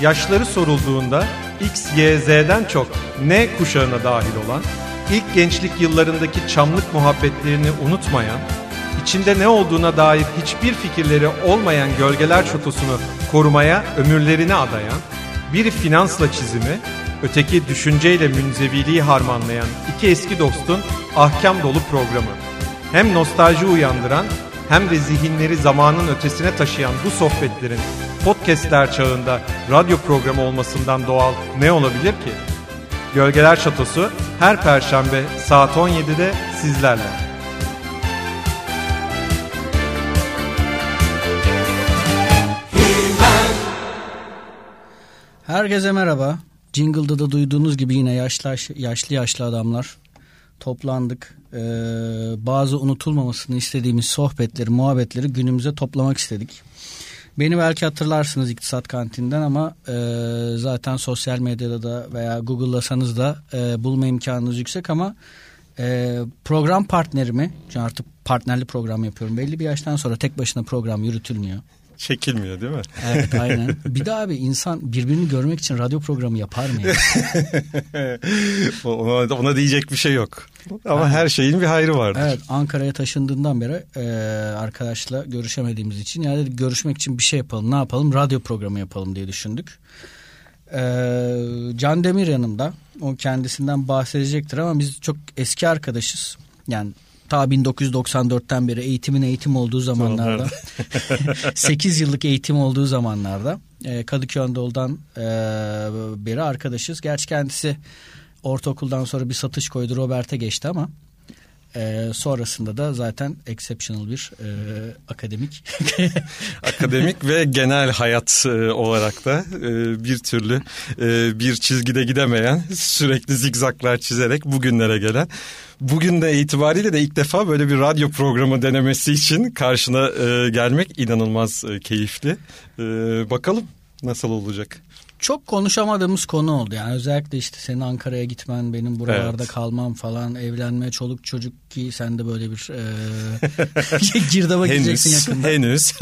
yaşları sorulduğunda X, Y, Z'den çok N kuşağına dahil olan, ilk gençlik yıllarındaki çamlık muhabbetlerini unutmayan, içinde ne olduğuna dair hiçbir fikirleri olmayan Gölgeler Şatosu'nu korumaya ömürlerini adayan, biri finansla çizimi, öteki düşünceyle münzeviliği harmanlayan iki eski dostun ahkam dolu programı. Hem nostalji uyandıran hem de zihinleri zamanın ötesine taşıyan bu sohbetlerin podcastler çağında radyo programı olmasından doğal ne olabilir ki? Gölgeler Şatosu her Perşembe saat 17'de sizlerle. Herkese merhaba. Jingle'da da duyduğunuz gibi yine yaşlı adamlar toplandık. Bazı unutulmamasını istediğimiz sohbetleri, muhabbetleri günümüze toplamak istedik. Beni belki hatırlarsınız İktisat Kantin'den ama zaten sosyal medyada da veya Google'lasanız da bulma imkanınız yüksek ama program partnerimi, artık partnerli program yapıyorum. Belli bir yaştan sonra tek başına program yürütülmüyor. Çekilmiyor değil mi? Evet, aynen. Bir de abi insan birbirini görmek için radyo programı yapar mı ya? ona diyecek bir şey yok. Ama her şeyin bir hayrı vardır. Evet, Ankara'ya taşındığından beri arkadaşla görüşemediğimiz için yani dedik, görüşmek için bir şey yapalım, ne yapalım, radyo programı yapalım diye düşündük. Can Demir yanımda, o kendisinden bahsedecektir ama biz çok eski arkadaşız. Yani ta 1994'ten beri eğitim olduğu zamanlarda 8 yıllık eğitim olduğu zamanlarda Kadıköy Anadolu'dan beri arkadaşız. Gerçi kendisi ortaokuldan sonra bir satış koydu, Robert'e geçti ama sonrasında da zaten exceptional bir akademik akademik ve genel hayat olarak da bir türlü bir çizgide gidemeyen, sürekli zigzaklar çizerek bugünlere gelen, bugün de itibariyle de ilk defa böyle bir radyo programı denemesi için karşına gelmek inanılmaz keyifli. Bakalım nasıl olacak. Çok konuşamadığımız konu oldu. Yani özellikle işte senin Ankara'ya gitmen, benim buralarda kalmam falan, evlenme, çoluk çocuk ki sen de böyle bir girdaba gireceksin yakında. Henüz.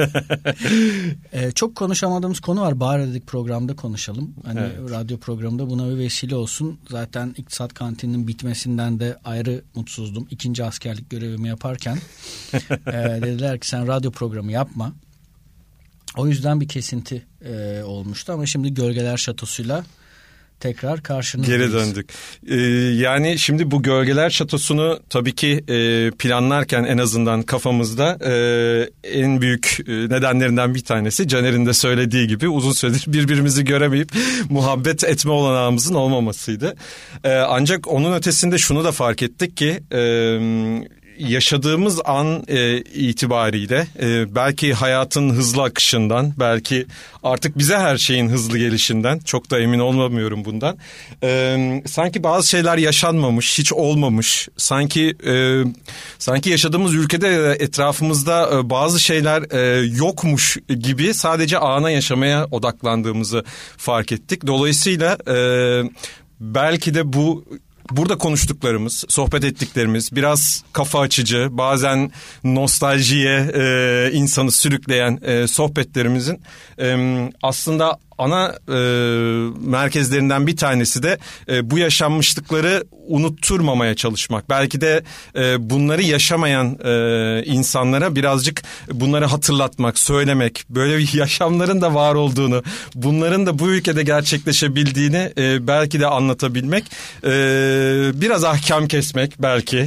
Çok konuşamadığımız konu var. Bari dedik programda konuşalım. Hani radyo programında buna bir vesile olsun. Zaten İktisat Kantininin bitmesinden de ayrı mutsuzdum. 2. askerlik görevimi yaparken dediler ki sen radyo programı yapma. O yüzden bir kesinti olmuştu ama şimdi Gölgeler Şatosu'yla tekrar karşınızdayız. Geri döndük. Yani şimdi bu Gölgeler Şatosu'nu tabii ki planlarken en azından kafamızda en büyük nedenlerinden bir tanesi Caner'in de söylediği gibi uzun süredir birbirimizi göremeyip muhabbet etme olanağımızın olmamasıydı. Ancak onun ötesinde şunu da fark ettik ki yaşadığımız an itibariyle belki hayatın hızlı akışından, belki artık bize her şeyin hızlı gelişinden, çok da emin olmamıyorum bundan. Sanki bazı şeyler yaşanmamış, hiç olmamış. Sanki yaşadığımız ülkede etrafımızda bazı şeyler yokmuş gibi sadece ana yaşamaya odaklandığımızı fark ettik. Dolayısıyla belki de burada konuştuklarımız, sohbet ettiklerimiz biraz kafa açıcı, bazen nostaljiye insanı sürükleyen sohbetlerimizin aslında ana merkezlerinden bir tanesi de bu yaşanmışlıkları unutturmamaya çalışmak. Belki de bunları yaşamayan insanlara birazcık bunları hatırlatmak, söylemek, böyle bir yaşamların da var olduğunu, bunların da bu ülkede gerçekleşebildiğini belki de anlatabilmek, biraz ahkam kesmek belki.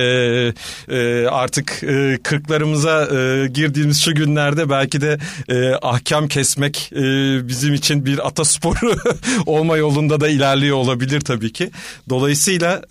Artık 40'larımıza girdiğimiz şu günlerde belki de ahkam kesmek bizim için bir atasporu olma yolunda da ilerliyor olabilir tabii ki. Dolayısıyla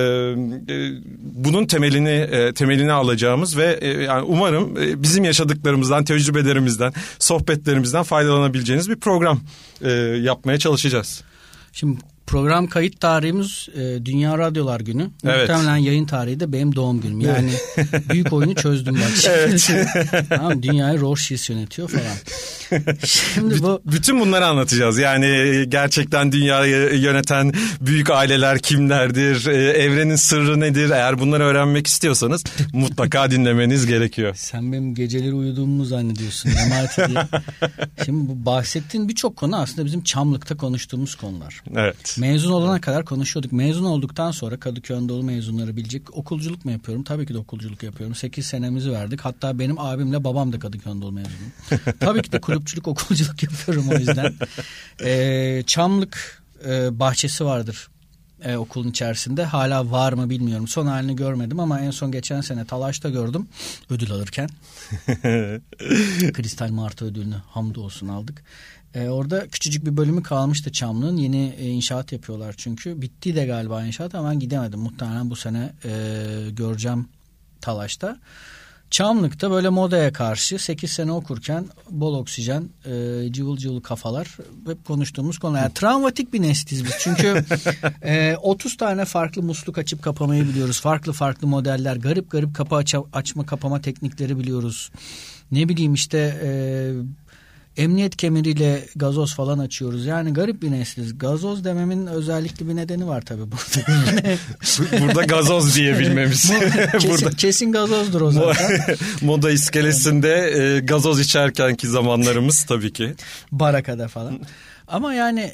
bunun temelini alacağımız ve yani umarım bizim yaşadıklarımızdan, tecrübelerimizden, sohbetlerimizden faydalanabileceğiniz bir program yapmaya çalışacağız. Şimdi program kayıt tarihimiz Dünya Radyolar Günü. Evet. Muhtemelen yayın tarihi de benim doğum günüm. Yani büyük oyunu çözdüm bak. Evet. Tamam, dünyayı Rorschach yönetiyor falan. Şimdi bu bütün bunları anlatacağız. Yani gerçekten dünyayı yöneten büyük aileler kimlerdir? Evrenin sırrı nedir? Eğer bunları öğrenmek istiyorsanız mutlaka dinlemeniz gerekiyor. Sen benim geceleri uyuduğumu zannediyorsun. diye. Şimdi bu bahsettiğin birçok konu aslında bizim Çamlık'ta konuştuğumuz konular. Evet. Mezun olana kadar konuşuyorduk. Mezun olduktan sonra Kadıköy Anadolu mezunları bilecek. Okulculuk mu yapıyorum? Tabii ki de okulculuk yapıyorum. 8 senemizi verdik. Hatta benim abimle babam da Kadıköy Anadolu mezunu. Tabii ki de kulüpçülük, okulculuk yapıyorum o yüzden. Çamlık bahçesi vardır okulun içerisinde. Hala var mı bilmiyorum. Son halini görmedim ama en son geçen sene Talaş'ta gördüm ödül alırken. Kristal Martı ödülünü hamdolsun aldık. Orada küçücük bir bölümü kalmıştı Çamlık'ın. Yeni inşaat yapıyorlar çünkü. Bitti de galiba inşaat ama ben gidemedim. Muhtemelen bu sene göreceğim Talaş'ta. Çamlık'ta böyle modaya karşı 8 sene okurken bol oksijen, cıvıl cıvıl kafalar hep konuştuğumuz konu. Yani travmatik bir nesliz biz. Çünkü 30 tane farklı musluk açıp kapamayı biliyoruz. Farklı farklı modeller, garip garip kapı açma kapama teknikleri biliyoruz. Ne bileyim işte emniyet kemeriyle gazoz falan açıyoruz. Yani garip bir nesliz. Gazoz dememin özellikle bir nedeni var tabii burada. Burada gazoz diyebilmemiz. Kesin gazozdur o zaten. Moda iskelesinde gazoz içerkenki zamanlarımız tabii ki. Barakada falan. Ama yani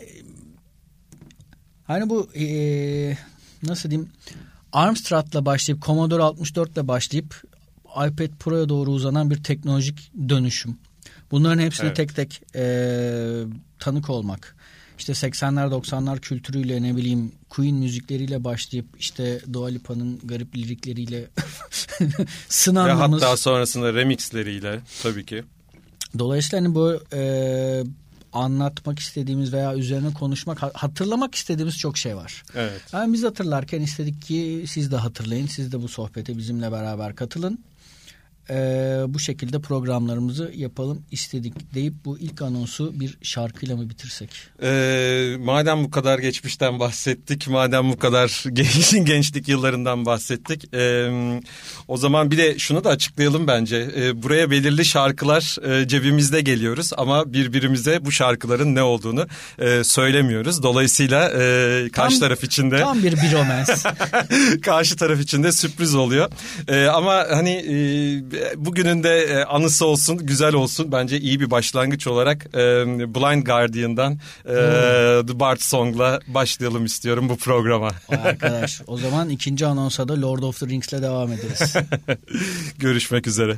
hani bu nasıl diyeyim, Amstrad'la başlayıp Commodore 64'le başlayıp iPad Pro'ya doğru uzanan bir teknolojik dönüşüm. Bunların hepsini tek tek tanık olmak. İşte 80'ler 90'lar kültürüyle, ne bileyim Queen müzikleriyle başlayıp işte Dua Lipa'nın garip lirikleriyle sınandığımız. Ve hatta sonrasında remixleriyle tabii ki. Dolayısıyla hani bu anlatmak istediğimiz veya üzerine konuşmak, hatırlamak istediğimiz çok şey var. Evet. Yani biz hatırlarken istedik ki siz de hatırlayın. Siz de bu sohbete bizimle beraber katılın. Bu şekilde programlarımızı yapalım istedik deyip bu ilk anonsu bir şarkıyla mı bitirsek? Madem bu kadar geçmişten bahsettik, madem bu kadar gençlik yıllarından bahsettik, o zaman bir de şunu da açıklayalım bence. Buraya belirli şarkılar cebimizde geliyoruz ama birbirimize bu şarkıların ne olduğunu söylemiyoruz. Dolayısıyla karşı taraf için de tam bir bromans. Karşı taraf için de sürpriz oluyor. Ama hani bugünün de anısı olsun, güzel olsun. Bence iyi bir başlangıç olarak Blind Guardian'dan The Bard Song'la başlayalım istiyorum bu programa. Arkadaş, o zaman ikinci anonsa da Lord of the Rings'le devam ederiz. Görüşmek üzere.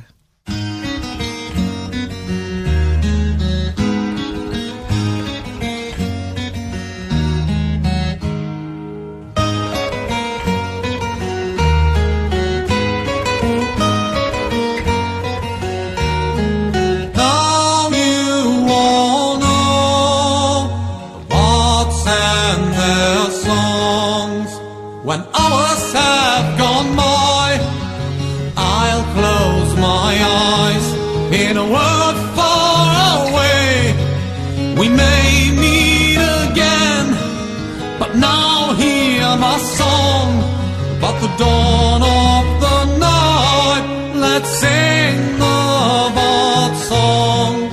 When hours have gone by, I'll close my eyes in a world far away. We may meet again, but now hear my song. But the dawn of the night, let's sing the Bard song.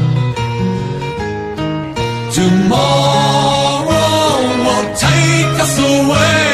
Tomorrow will take us away.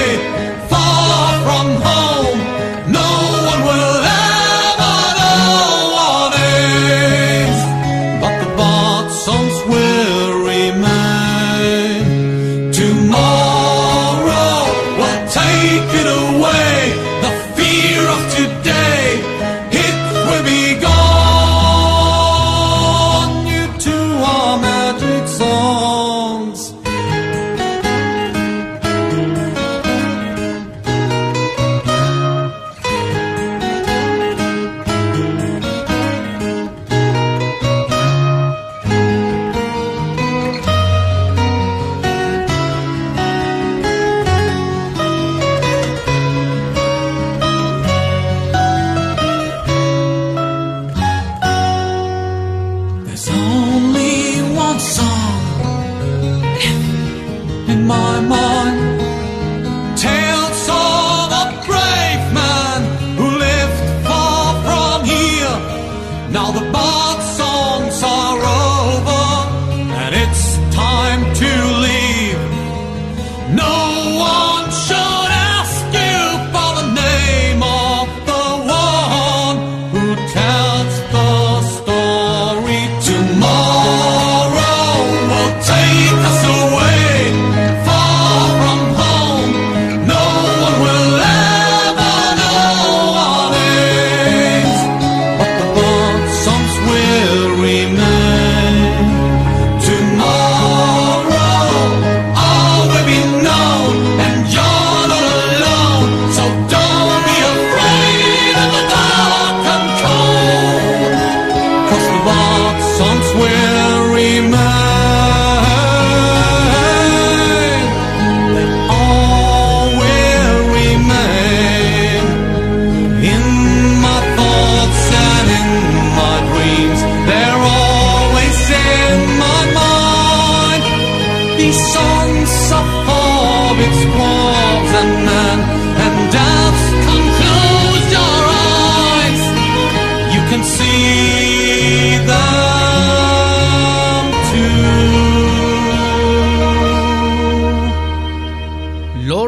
Now the Bard songs are over.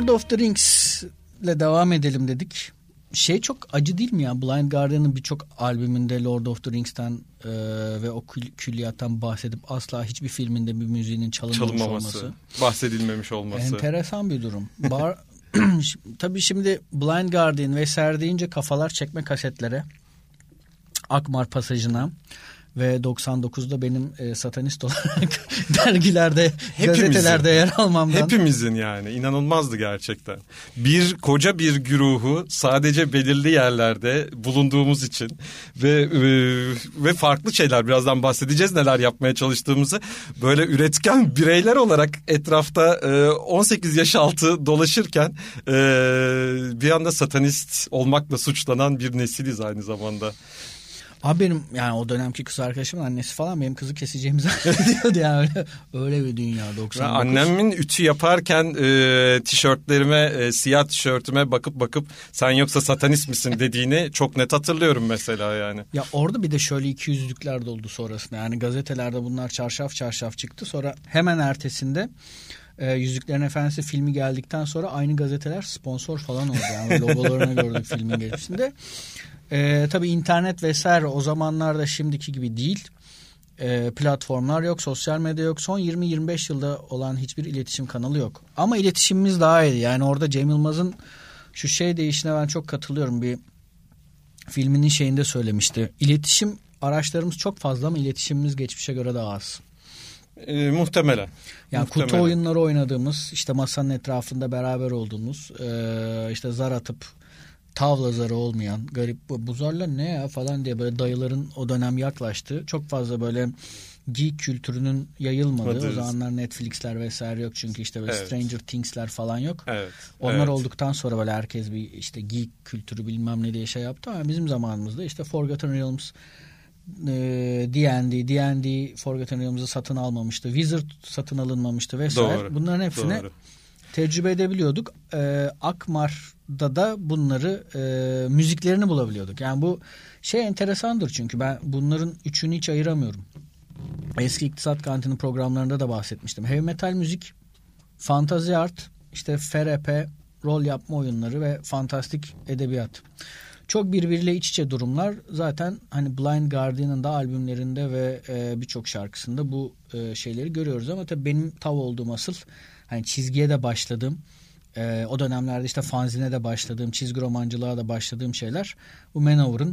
of the Rings'le devam edelim dedik. Şey çok acı değil mi ya? Blind Guardian'ın birçok albümünde Lord of the Rings'ten ve o külliyattan bahsedip asla hiçbir filminde bir müziğinin çalınmamış olması. Bahsedilmemiş olması. Enteresan bir durum. Tabii şimdi Blind Guardian vesaire deyince kafalar çekme kasetlere, Akmar pasajına ve 99'da benim satanist olarak dergilerde, gazetelerde yer almamdan. Hepimizin yani inanılmazdı gerçekten. Koca bir güruhu sadece belirli yerlerde bulunduğumuz için ve farklı şeyler, birazdan bahsedeceğiz neler yapmaya çalıştığımızı, böyle üretken bireyler olarak etrafta 18 yaş altı dolaşırken bir anda satanist olmakla suçlanan bir nesiliz aynı zamanda. Abi benim yani o dönemki kız arkadaşımın annesi falan benim kızı keseceğimi zannediyordu yani öyle bir dünya 99. Annemin ütü yaparken tişörtlerime, siyah tişörtüme bakıp sen yoksa satanist misin dediğini çok net hatırlıyorum mesela yani. Ya orada bir de şöyle 200'lükler de oldu sonrasında yani gazetelerde bunlar çarşaf çıktı, sonra hemen ertesinde Yüzüklerin Efendisi filmi geldikten sonra aynı gazeteler sponsor falan oldu yani logolarını gördük filmin geçişinde. Tabii internet vesaire o zamanlarda şimdiki gibi değil. Platformlar yok, sosyal medya yok. Son 20-25 yılda olan hiçbir iletişim kanalı yok. Ama iletişimimiz daha iyiydi. Yani orada Cem Yılmaz'ın şu şey deyişine ben çok katılıyorum. Bir filminin şeyinde söylemişti. İletişim araçlarımız çok fazla ama iletişimimiz geçmişe göre daha az. Muhtemelen. Yani kutu oyunları oynadığımız, işte masanın etrafında beraber olduğumuz, işte zar atıp tavla zarı olmayan garip bu zarlar ne ya falan diye böyle dayıların o dönem yaklaştığı, çok fazla böyle geek kültürünün yayılmadığı, o zamanlar Netflix'ler vesaire yok çünkü işte böyle Stranger Things'ler falan yok. Onlar olduktan sonra böyle herkes bir işte geek kültürü bilmem ne diye şey yaptı ama bizim zamanımızda işte Forgotten Realms, D&D Forgotten Realms'ı satın almamıştı. Wizard satın alınmamıştı vesaire. Doğru, bunların hepsini tecrübe edebiliyorduk. Akmar'da da bunları müziklerini bulabiliyorduk. Yani bu şey enteresandır çünkü ben bunların üçünü hiç ayıramıyorum. Eski İktisat Kantini programlarında da bahsetmiştim. Heavy metal müzik, fantazi art, işte FRP, rol yapma oyunları ve fantastik edebiyat. Çok birbiriyle iç içe durumlar. Zaten hani Blind Guardian'ın da albümlerinde ve birçok şarkısında bu şeyleri görüyoruz ama tabii benim tav olduğum asıl hani çizgiye de başladığım, o dönemlerde işte fanzine de başladığım, çizgi romancılığa da başladığım şeyler bu Manowar'ın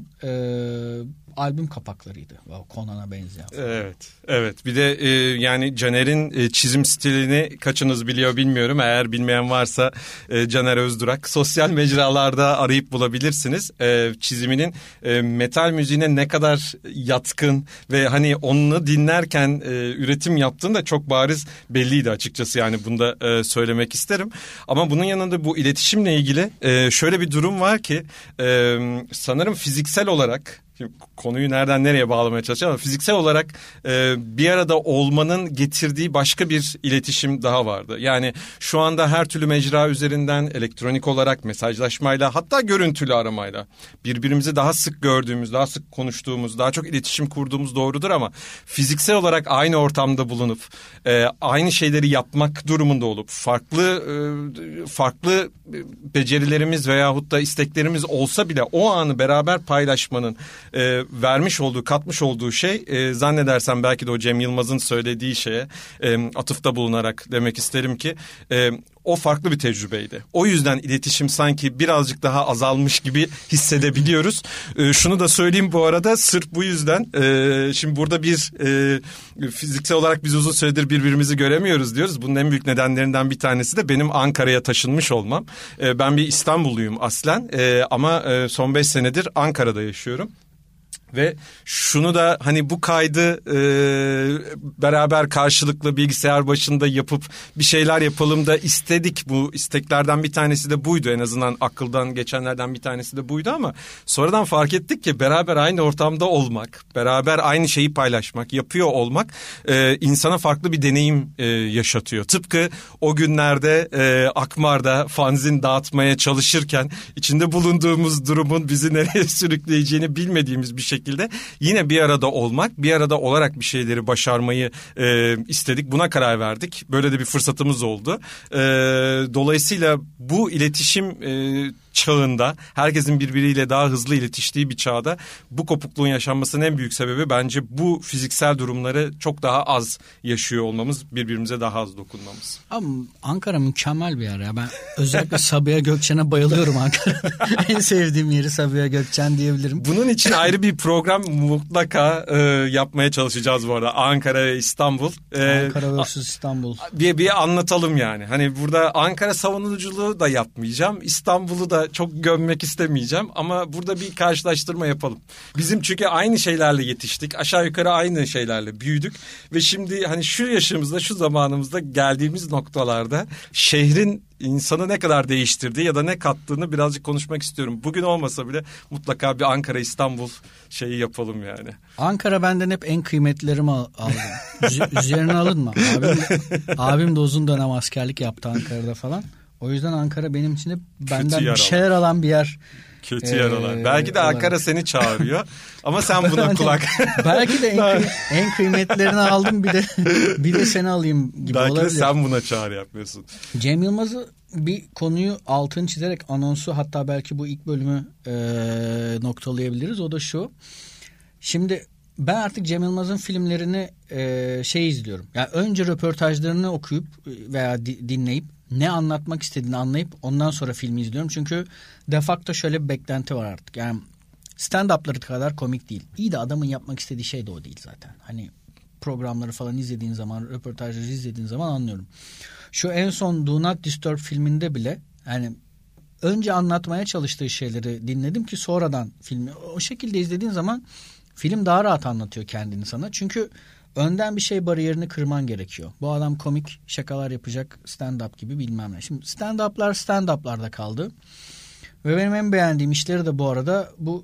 albüm kapaklarıydı. Conan'a benzeyen. Evet. Bir de yani Caner'in çizim stilini kaçınız biliyor bilmiyorum. Eğer bilmeyen varsa Caner Özdurak sosyal mecralarda arayıp bulabilirsiniz. Çiziminin metal müziğine ne kadar yatkın ve hani onu dinlerken üretim yaptığını da çok bariz belliydi açıkçası. Yani bunu da söylemek isterim. Ama bunun yanında bu iletişimle ilgili şöyle bir durum var ki sanırım fiziksel olarak, şimdi konuyu nereden nereye bağlamaya çalışacağım ama fiziksel olarak bir arada olmanın getirdiği başka bir iletişim daha vardı. Yani şu anda her türlü mecra üzerinden elektronik olarak mesajlaşmayla, hatta görüntülü aramayla birbirimizi daha sık gördüğümüz, daha sık konuştuğumuz, daha çok iletişim kurduğumuz doğrudur ama fiziksel olarak aynı ortamda bulunup aynı şeyleri yapmak durumunda olup farklı becerilerimiz veyahut da isteklerimiz olsa bile o anı beraber paylaşmanın vermiş olduğu, katmış olduğu şey zannedersem belki de o Cem Yılmaz'ın söylediği şeye atıfta bulunarak demek isterim ki o farklı bir tecrübeydi. O yüzden iletişim sanki birazcık daha azalmış gibi hissedebiliyoruz. Şunu da söyleyeyim bu arada, sırf bu yüzden şimdi burada fiziksel olarak biz uzun süredir birbirimizi göremiyoruz diyoruz. Bunun en büyük nedenlerinden bir tanesi de benim Ankara'ya taşınmış olmam. Ben bir İstanbulluyum aslen ama son 5 senedir Ankara'da yaşıyorum. Ve şunu da hani bu kaydı beraber karşılıklı bilgisayar başında yapıp bir şeyler yapalım da istedik. Bu isteklerden bir tanesi de buydu, en azından akıldan geçenlerden bir tanesi de buydu ama sonradan fark ettik ki beraber aynı ortamda olmak, beraber aynı şeyi paylaşmak, yapıyor olmak insana farklı bir deneyim yaşatıyor. Tıpkı o günlerde Akmar'da fanzin dağıtmaya çalışırken içinde bulunduğumuz durumun bizi nereye sürükleyeceğini bilmediğimiz bir şekilde şekilde yine bir arada olmak, bir arada olarak bir şeyleri başarmayı istedik. Buna karar verdik. Böyle de bir fırsatımız oldu. Dolayısıyla bu iletişim çağında, herkesin birbiriyle daha hızlı iletiştiği bir çağda bu kopukluğun yaşanmasının en büyük sebebi bence bu fiziksel durumları çok daha az yaşıyor olmamız, birbirimize daha az dokunmamız. Ama Ankara mükemmel bir yer ya. Ben özellikle Sabiha Gökçen'e bayılıyorum Ankara'da. En sevdiğim yeri Sabiha Gökçen diyebilirim. Bunun için ayrı bir program mutlaka yapmaya çalışacağız bu arada. Ankara ve İstanbul. Ankara vs. İstanbul. Bir anlatalım yani. Hani burada Ankara savunuculuğu da yapmayacağım. İstanbul'u da çok gömmek istemeyeceğim. Ama burada bir karşılaştırma yapalım. Bizim çünkü aynı şeylerle yetiştik. Aşağı yukarı aynı şeylerle büyüdük. Ve şimdi hani şu yaşımızda, şu zamanımızda geldiğimiz noktalarda şehrin insanı ne kadar değiştirdiği ya da ne kattığını birazcık konuşmak istiyorum. Bugün olmasa bile mutlaka bir Ankara İstanbul şeyi yapalım yani. Ankara benden hep en kıymetlilerimi aldım. Üzerine alınma. Abim de uzun dönem askerlik yaptı Ankara'da falan. O yüzden Ankara benim için hep benden bir şeyler alan bir yer. Kötü yaralar. Belki de Ankara olarak seni çağırıyor ama sen buna kulak. Belki de en kıymetlerini aldım, bir de seni alayım gibi belki olabilir. Belki de sen buna çağrı yapmıyorsun. Cem Yılmaz'ı bir konuyu altını çizerek anonsu, hatta belki bu ilk bölümü noktalayabiliriz. O da şu. Şimdi ben artık Cem Yılmaz'ın filmlerini izliyorum. Yani önce röportajlarını okuyup veya dinleyip ne anlatmak istediğini anlayıp ondan sonra filmi izliyorum. Çünkü de facto şöyle bir beklenti var artık. Yani stand-up'ları kadar komik değil. İyi de adamın yapmak istediği şey de o değil zaten. Hani programları falan izlediğin zaman, röportajları izlediğin zaman anlıyorum. Şu en son Do Not Disturb filminde bile yani önce anlatmaya çalıştığı şeyleri dinledim ki sonradan filmi o şekilde izlediğin zaman film daha rahat anlatıyor kendini sana. Çünkü önden bir şey bariyerini kırman gerekiyor. Bu adam komik şakalar yapacak, stand-up gibi bilmem ne. Şimdi stand-up'larda kaldı. Ve benim en beğendiğim işleri de bu arada bu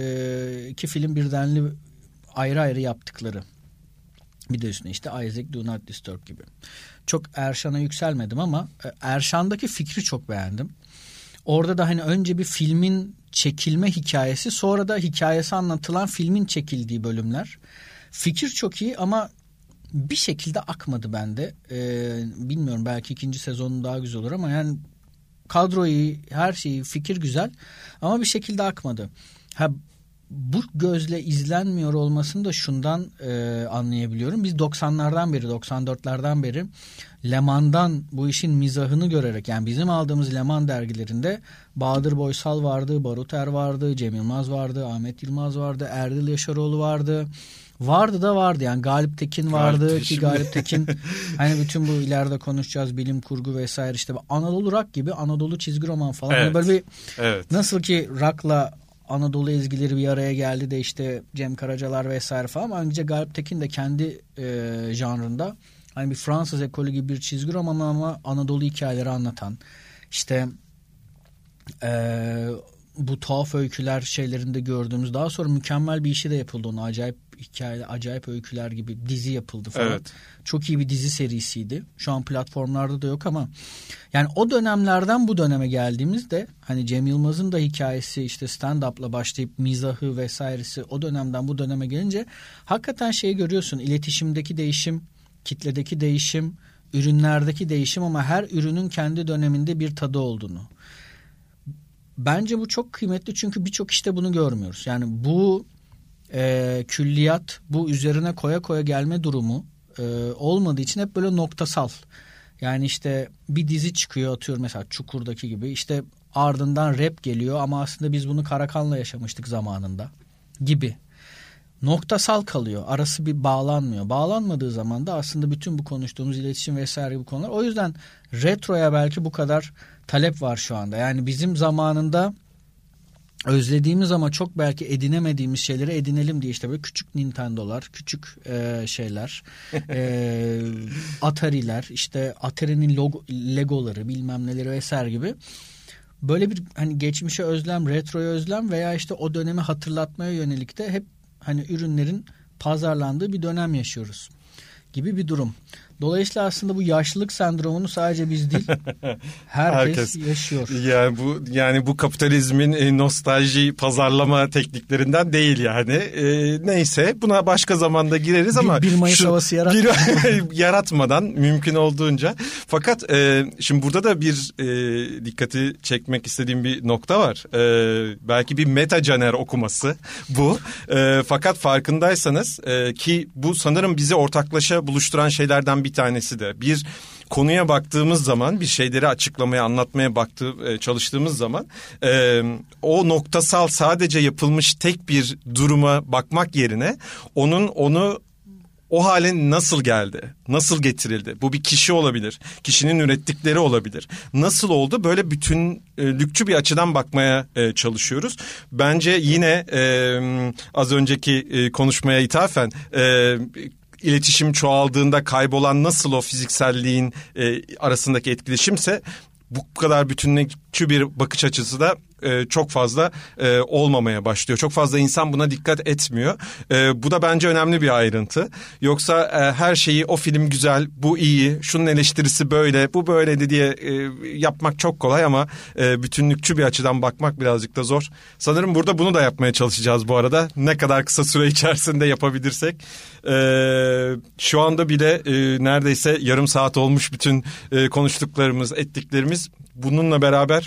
iki film birdenli ayrı ayrı yaptıkları. Bir de üstüne işte Isaac, Do Not Disturb gibi. Çok Erşan'a yükselmedim ama Erşan'daki fikri çok beğendim. Orada da hani önce bir filmin çekilme hikayesi, sonra da hikayesi anlatılan filmin çekildiği bölümler. Fikir çok iyi ama bir şekilde akmadı bende. Bilmiyorum, belki ikinci sezonu daha güzel olur ama yani kadro iyi, her şeyi, fikir güzel ama bir şekilde akmadı. Bu gözle izlenmiyor olmasını da şundan anlayabiliyorum. Biz 90'lardan beri, 94'lerden beri Le Mans'dan bu işin mizahını görerek, yani bizim aldığımız Le Mans dergilerinde Bahadır Boysal vardı, Barut Er vardı, Cem Yılmaz vardı, Ahmet Yılmaz vardı, Erdil Yaşaroğlu vardı. Vardı yani Galip Tekin vardı ki Galip Tekin hani bütün bu ileride konuşacağız bilim kurgu vesaire, işte Anadolu Rock gibi, Anadolu çizgi roman falan. Evet. Böyle bir nasıl ki rock'la Anadolu ezgileri bir araya geldi de işte Cem Karacalar vesaire falan, ama önce Galip Tekin de kendi janrında hani bir Fransız ekolü gibi bir çizgi roman ama Anadolu hikayeleri anlatan, işte bu tuhaf öyküler şeylerinde gördüğümüz, daha sonra mükemmel bir işi de yapıldı onun, acayip hikayeler, acayip öyküler gibi dizi yapıldı falan. Evet. Çok iyi bir dizi serisiydi. Şu an platformlarda da yok ama yani o dönemlerden bu döneme geldiğimizde hani Cem Yılmaz'ın da hikayesi işte stand-up'la başlayıp mizahı vesairesi o dönemden bu döneme gelince hakikaten şeyi görüyorsun. İletişimdeki değişim, kitledeki değişim, ürünlerdeki değişim ama her ürünün kendi döneminde bir tadı olduğunu. Bence bu çok kıymetli çünkü birçok işte bunu görmüyoruz. Yani bu külliyat, bu üzerine koya koya gelme durumu olmadığı için hep böyle noktasal. Yani işte bir dizi çıkıyor, atıyorum mesela Çukur'daki gibi, işte ardından rap geliyor ama aslında biz bunu Karakan'la yaşamıştık zamanında gibi. Noktasal kalıyor. Arası bir bağlanmıyor. Bağlanmadığı zaman da aslında bütün bu konuştuğumuz iletişim vesaire bu konular. O yüzden retroya belki bu kadar talep var şu anda. Yani bizim zamanında özlediğimiz ama çok belki edinemediğimiz şeyleri edinelim diye işte böyle küçük Nintendo'lar, küçük şeyler, Atari'ler, işte Atari'nin Legoları bilmem neleri vesaire gibi. Böyle bir hani geçmişe özlem, retroya özlem veya işte o dönemi hatırlatmaya yönelik de hep hani ürünlerin pazarlandığı bir dönem yaşıyoruz gibi bir durum. Dolayısıyla aslında bu yaşlılık sendromunu sadece biz değil, herkes yaşıyor. Yani bu kapitalizmin nostalji pazarlama tekniklerinden değil yani. Neyse, buna başka zamanda gireriz ama bir Mayıs havası yaratmadan mümkün olduğunca. Fakat şimdi burada da bir dikkati çekmek istediğim bir nokta var. Belki bir meta caner okuması bu. Fakat farkındaysanız ki bu sanırım bizi ortaklaşa buluşturan şeylerden bir tanesi de. Bir konuya baktığımız zaman, bir şeyleri açıklamaya, anlatmaya çalıştığımız zaman o noktasal sadece yapılmış tek bir duruma bakmak yerine onu o hale nasıl geldi? Nasıl getirildi? Bu bir kişi olabilir. Kişinin ürettikleri olabilir. Nasıl oldu? Böyle bütünlükçü bir açıdan bakmaya çalışıyoruz. Bence yine az önceki konuşmaya ithafen iletişim çoğaldığında kaybolan nasıl o fizikselliğin arasındaki etkileşimse bu kadar bütünlükçü bir bakış açısı da çok fazla olmamaya başlıyor. Çok fazla insan buna dikkat etmiyor. Bu da bence önemli bir ayrıntı. Yoksa her şeyi o film güzel, bu iyi, şunun eleştirisi böyle, bu böyledi diye yapmak çok kolay ama bütünlükçü bir açıdan bakmak birazcık da zor. Sanırım burada bunu da yapmaya çalışacağız bu arada. Ne kadar kısa süre içerisinde yapabilirsek. Şu anda bile neredeyse yarım saat olmuş bütün konuştuklarımız, ettiklerimiz. Bununla beraber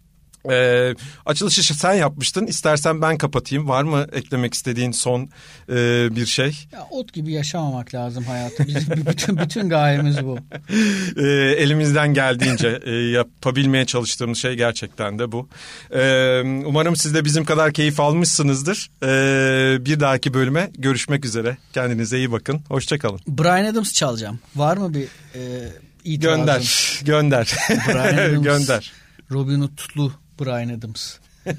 açılışı sen yapmıştın. İstersen ben kapatayım. Var mı eklemek istediğin son bir şey? Ya, ot gibi yaşamamak lazım hayatı. Bizim bütün gayemiz bu. Elimizden geldiğince yapabilmeye çalıştığımız şey gerçekten de bu. Umarım siz de bizim kadar keyif almışsınızdır. Bir dahaki bölüme görüşmek üzere. Kendinize iyi bakın. Hoşça kalın. Bryan Adams çalacağım. Var mı bir itirazın? Gönder. Bryan Adams. Gönder. Robin Hood'lu Bryan Adams.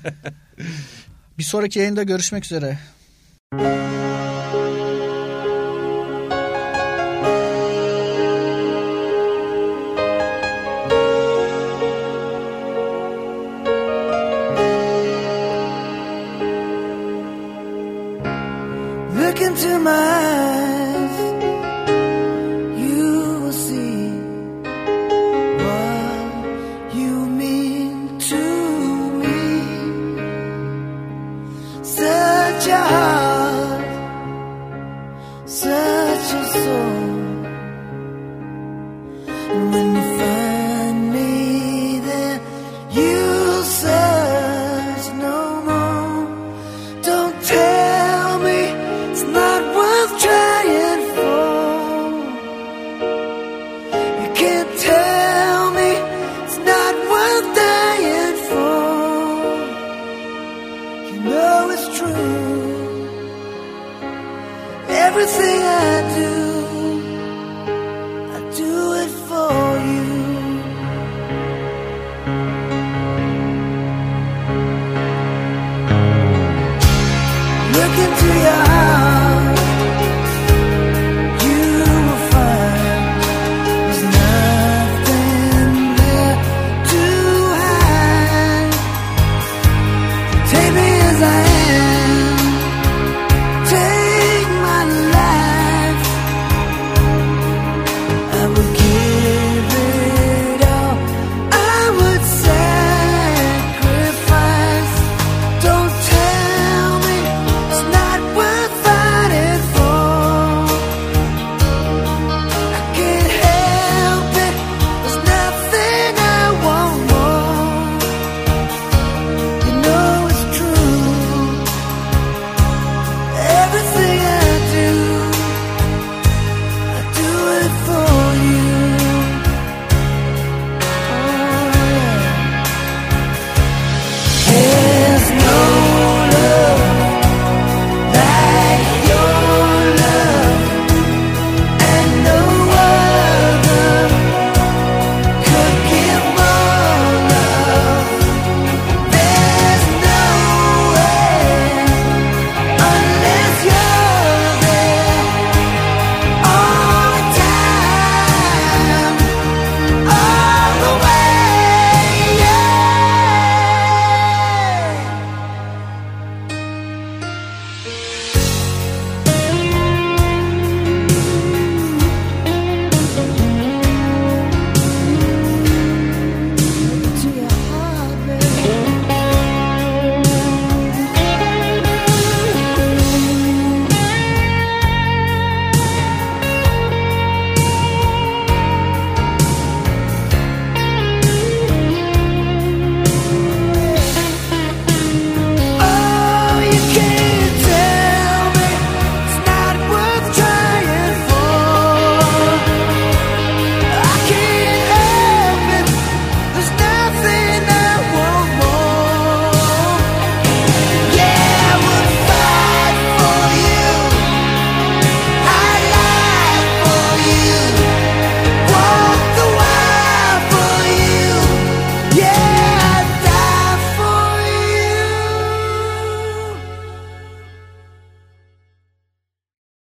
Bir sonraki yayında görüşmek üzere. Look into my eyes, you will see what you mean to me. Such a heart, such a soul. And when you find me there, you'll search no more. Don't tell me it's not worth trying for. You can't tell me it's not worth dying for. You know it's true. Everything I do it for you. Look into your